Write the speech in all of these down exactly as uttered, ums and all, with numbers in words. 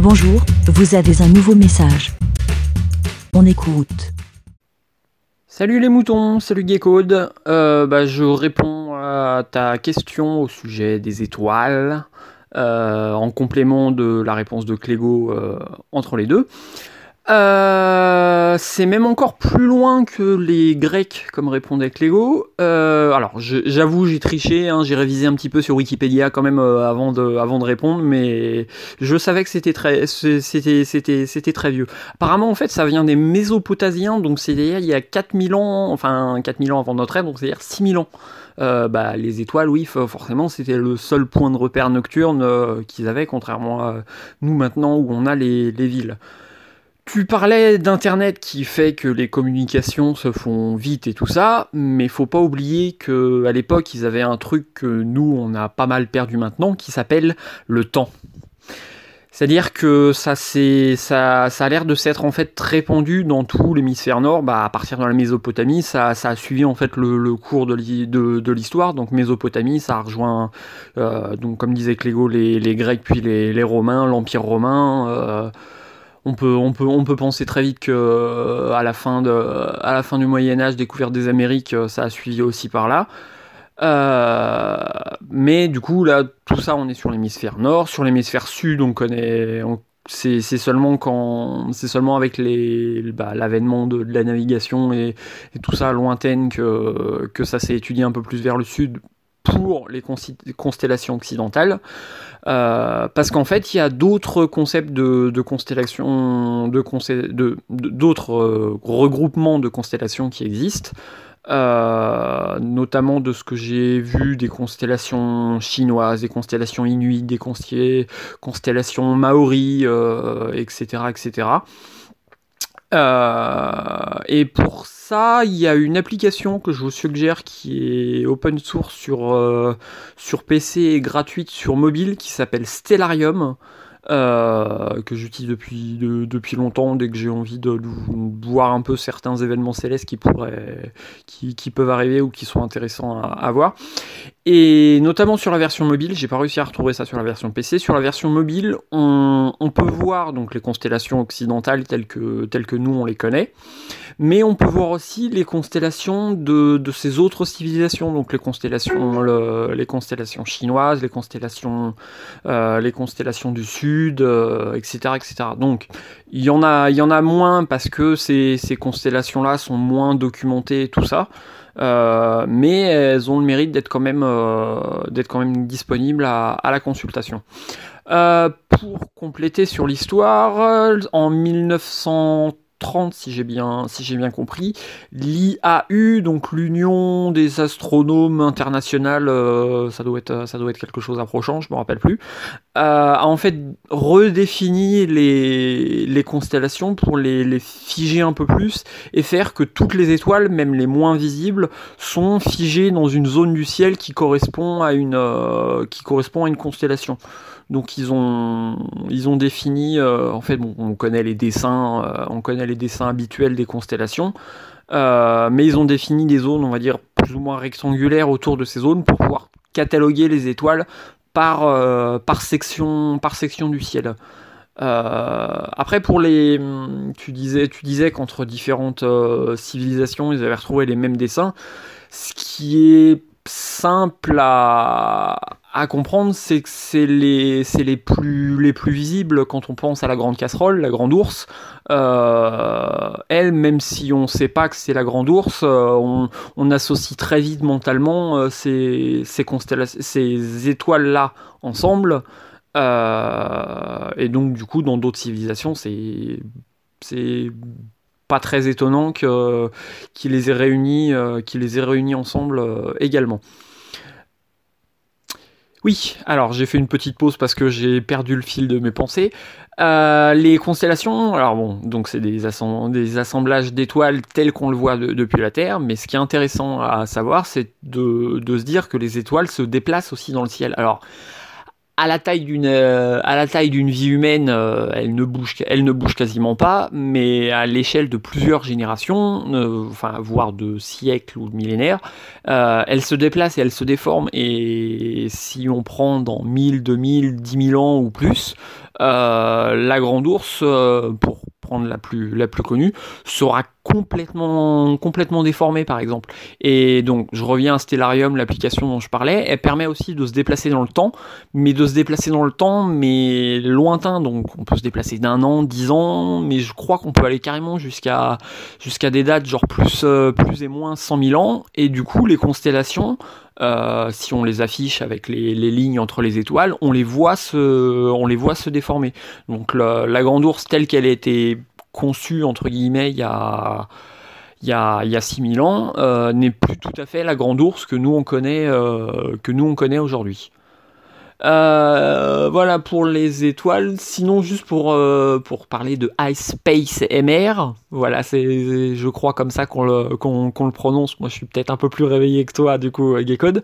Bonjour, vous avez un nouveau message. On écoute. Salut les moutons, salut Gecode. Euh, bah, je réponds à ta question au sujet des étoiles, euh, en complément de la réponse de Clégo euh, entre les deux. Euh, c'est même encore plus loin que les Grecs, comme répondait Clégo. Euh, alors, je, j'avoue, j'ai triché, hein, j'ai révisé un petit peu sur Wikipédia quand même euh, avant, de, avant de répondre, mais je savais que c'était très, c'était, c'était, c'était très vieux. Apparemment, en fait, ça vient des Mésopotamiens, donc c'est-à-dire il y a quatre mille ans, enfin quatre mille ans avant notre ère, donc c'est-à-dire six mille ans. Euh, bah, les étoiles, oui, forcément, c'était le seul point de repère nocturne euh, qu'ils avaient, contrairement à nous maintenant où on a les, les villes. Tu parlais d'internet qui fait que les communications se font vite et tout ça, mais faut pas oublier que à l'époque ils avaient un truc que nous on a pas mal perdu maintenant, qui s'appelle le temps. C'est-à-dire que ça, c'est, ça, ça a l'air de s'être en fait répandu dans tout l'hémisphère nord. Bah, à partir de la Mésopotamie, ça, ça a suivi en fait le, le cours de, de, de l'histoire. Donc Mésopotamie, ça a rejoint, euh, donc comme disait Clégo, les, les Grecs puis les, les Romains, l'Empire romain. Euh, On peut, on, peut, on peut penser très vite que à la fin, de, à la fin du Moyen-Âge, découverte des Amériques, ça a suivi aussi par là. Euh, mais du coup, là, tout ça, on est sur l'hémisphère nord. Sur l'hémisphère sud, on connaît. On, c'est, c'est, seulement quand, c'est seulement avec les, bah, l'avènement de, de la navigation et, et tout ça lointaine que, que ça s'est étudié un peu plus vers le sud pour les constellations occidentales. Euh, parce qu'en fait, il y a d'autres concepts de, de constellations, de, de, de, d'autres euh, regroupements de constellations qui existent, euh, notamment de ce que j'ai vu des constellations chinoises, des constellations inuites, des constellations maoris, euh, et cetera, et cetera. Euh, et pour ça, il y a une application que je vous suggère qui est open source sur, euh, sur P C et gratuite sur mobile qui s'appelle Stellarium, euh, que j'utilise depuis, de, depuis longtemps dès que j'ai envie de, de voir un peu certains événements célestes qui, pourraient, qui, qui peuvent arriver ou qui sont intéressants à, à voir. Et notamment sur la version mobile, j'ai pas réussi à retrouver ça sur la version P C. Sur la version mobile, on, on peut voir donc les constellations occidentales telles que, telles que nous on les connaît, mais on peut voir aussi les constellations de, de ces autres civilisations, donc les constellations, le, les constellations chinoises, les constellations, euh, les constellations du sud, euh, et cetera, et cetera. Donc il y en a, il y en a moins parce que ces, ces constellations-là sont moins documentées et tout ça. Euh, mais elles ont le mérite d'être quand même, euh, d'être quand même disponibles à, à la consultation. Euh, pour compléter sur l'histoire, en mille neuf cent trente, si j'ai bien, si j'ai bien compris, l'I A U, donc l'Union des astronomes internationales, euh, ça doit être, ça doit être quelque chose approchant, je me rappelle plus, euh, a en fait redéfini les, les constellations pour les, les figer un peu plus et faire que toutes les étoiles, même les moins visibles, sont figées dans une zone du ciel qui correspond à une, euh, qui correspond à une constellation. Donc ils ont, ils ont défini, euh, en fait, bon, on connaît les dessins, euh, on connaît les dessins habituels des constellations, euh, mais ils ont défini des zones, on va dire, plus ou moins rectangulaires autour de ces zones pour pouvoir cataloguer les étoiles par, euh, par, section, par section du ciel. Euh, après, pour les, tu disais, tu disais qu'entre différentes euh, civilisations, ils avaient retrouvé les mêmes dessins, ce qui est simple à, à comprendre, c'est que c'est les, c'est les plus, les plus visibles quand on pense à la grande casserole, la grande ours. Euh, elle, même si on ne sait pas que c'est la grande ours, euh, on, on associe très vite mentalement euh, ces, ces, constellations, ces étoiles-là ensemble. Euh, et donc, du coup, dans d'autres civilisations, c'est... c'est pas très étonnant que, qu'il les ait réunis, euh, qu'il les ait réunis ensemble euh, également. Oui, alors j'ai fait une petite pause parce que j'ai perdu le fil de mes pensées. Euh, les constellations, alors bon, donc c'est des, assemb- des assemblages d'étoiles tels qu'on le voit de- depuis la Terre, mais ce qui est intéressant à savoir, c'est de, de se dire que les étoiles se déplacent aussi dans le ciel. Alors, à la taille d'une euh, à la taille d'une vie humaine, euh, elle ne bouge elle ne bouge quasiment pas, mais à l'échelle de plusieurs générations, euh, enfin voire de siècles ou de millénaires, euh, elle se déplace et elle se déforme. Et si on prend dans mille, deux mille, dix mille ans ou plus, euh, la grande ours, euh, pour prendre la plus la plus connue, sera complètement complètement déformée par exemple. Et donc je reviens à Stellarium, l'application dont je parlais, elle permet aussi de se déplacer dans le temps, mais de se déplacer dans le temps mais lointain, donc on peut se déplacer d'un an, dix ans, mais je crois qu'on peut aller carrément jusqu'à jusqu'à des dates genre plus euh, plus et moins cent mille ans. Et du coup les constellations, Euh, si on les affiche avec les, les lignes entre les étoiles, on les voit se, on les voit se déformer. Donc la, la grande ours telle qu'elle a été conçue entre guillemets il y a il y a, il y a six mille ans euh, n'est plus tout à fait la grande ours que nous on connaît euh, que nous on connaît aujourd'hui. Euh, voilà pour les étoiles. Sinon, juste pour euh, pour parler de iSpace M R, voilà, c'est, je crois comme ça qu'on le qu'on, qu'on le prononce. Moi, je suis peut-être un peu plus réveillé que toi, du coup, Gekode.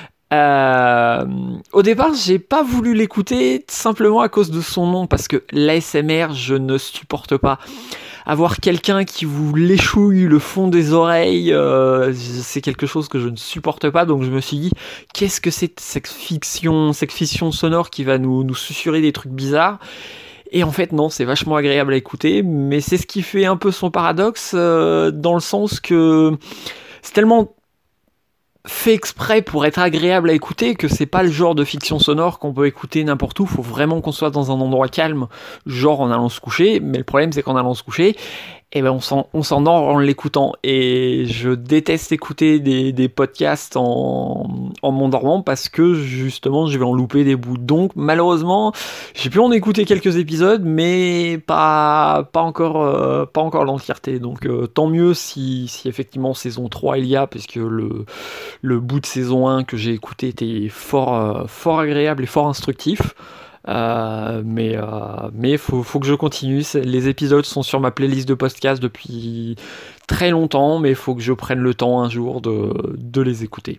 Euh, au départ, j'ai pas voulu l'écouter simplement à cause de son nom, parce que l'A S M R, je ne supporte pas. Avoir quelqu'un qui vous léchouille le fond des oreilles, euh, c'est quelque chose que je ne supporte pas. Donc je me suis dit, qu'est-ce que c'est cette fiction, cette fiction sonore qui va nous, nous susurrer des trucs bizarres? Et en fait non, c'est vachement agréable à écouter, mais c'est ce qui fait un peu son paradoxe, euh, dans le sens que c'est tellement fait exprès pour être agréable à écouter que c'est pas le genre de fiction sonore qu'on peut écouter n'importe où. Faut vraiment qu'on soit dans un endroit calme, genre en allant se coucher. Mais le problème c'est qu'en allant se coucher, eh ben on s'en, on s'endort en l'écoutant. Et je déteste écouter des, des podcasts en, en m'endormant parce que justement je vais en louper des bouts. Donc malheureusement j'ai pu en écouter quelques épisodes, mais pas, pas encore, euh, pas encore l'entièreté. Donc euh, tant mieux si, si effectivement saison trois il y a, puisque le Le bout de saison un que j'ai écouté était fort, euh, fort agréable et fort instructif. Euh, mais euh, mais faut, faut que je continue. Les épisodes sont sur ma playlist de podcast depuis très longtemps, mais il faut que je prenne le temps un jour de, de les écouter.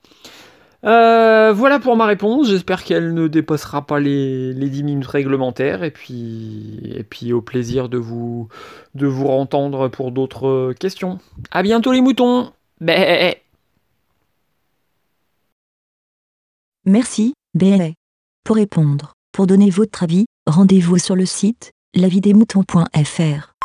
Euh, voilà pour ma réponse. J'espère qu'elle ne dépassera pas les, les dix minutes réglementaires. Et puis, et puis au plaisir de vous, de vous entendre pour d'autres questions. À bientôt les moutons. Bé. Merci, B L A. Pour répondre, pour donner votre avis, rendez-vous sur le site la vie des moutons point f r.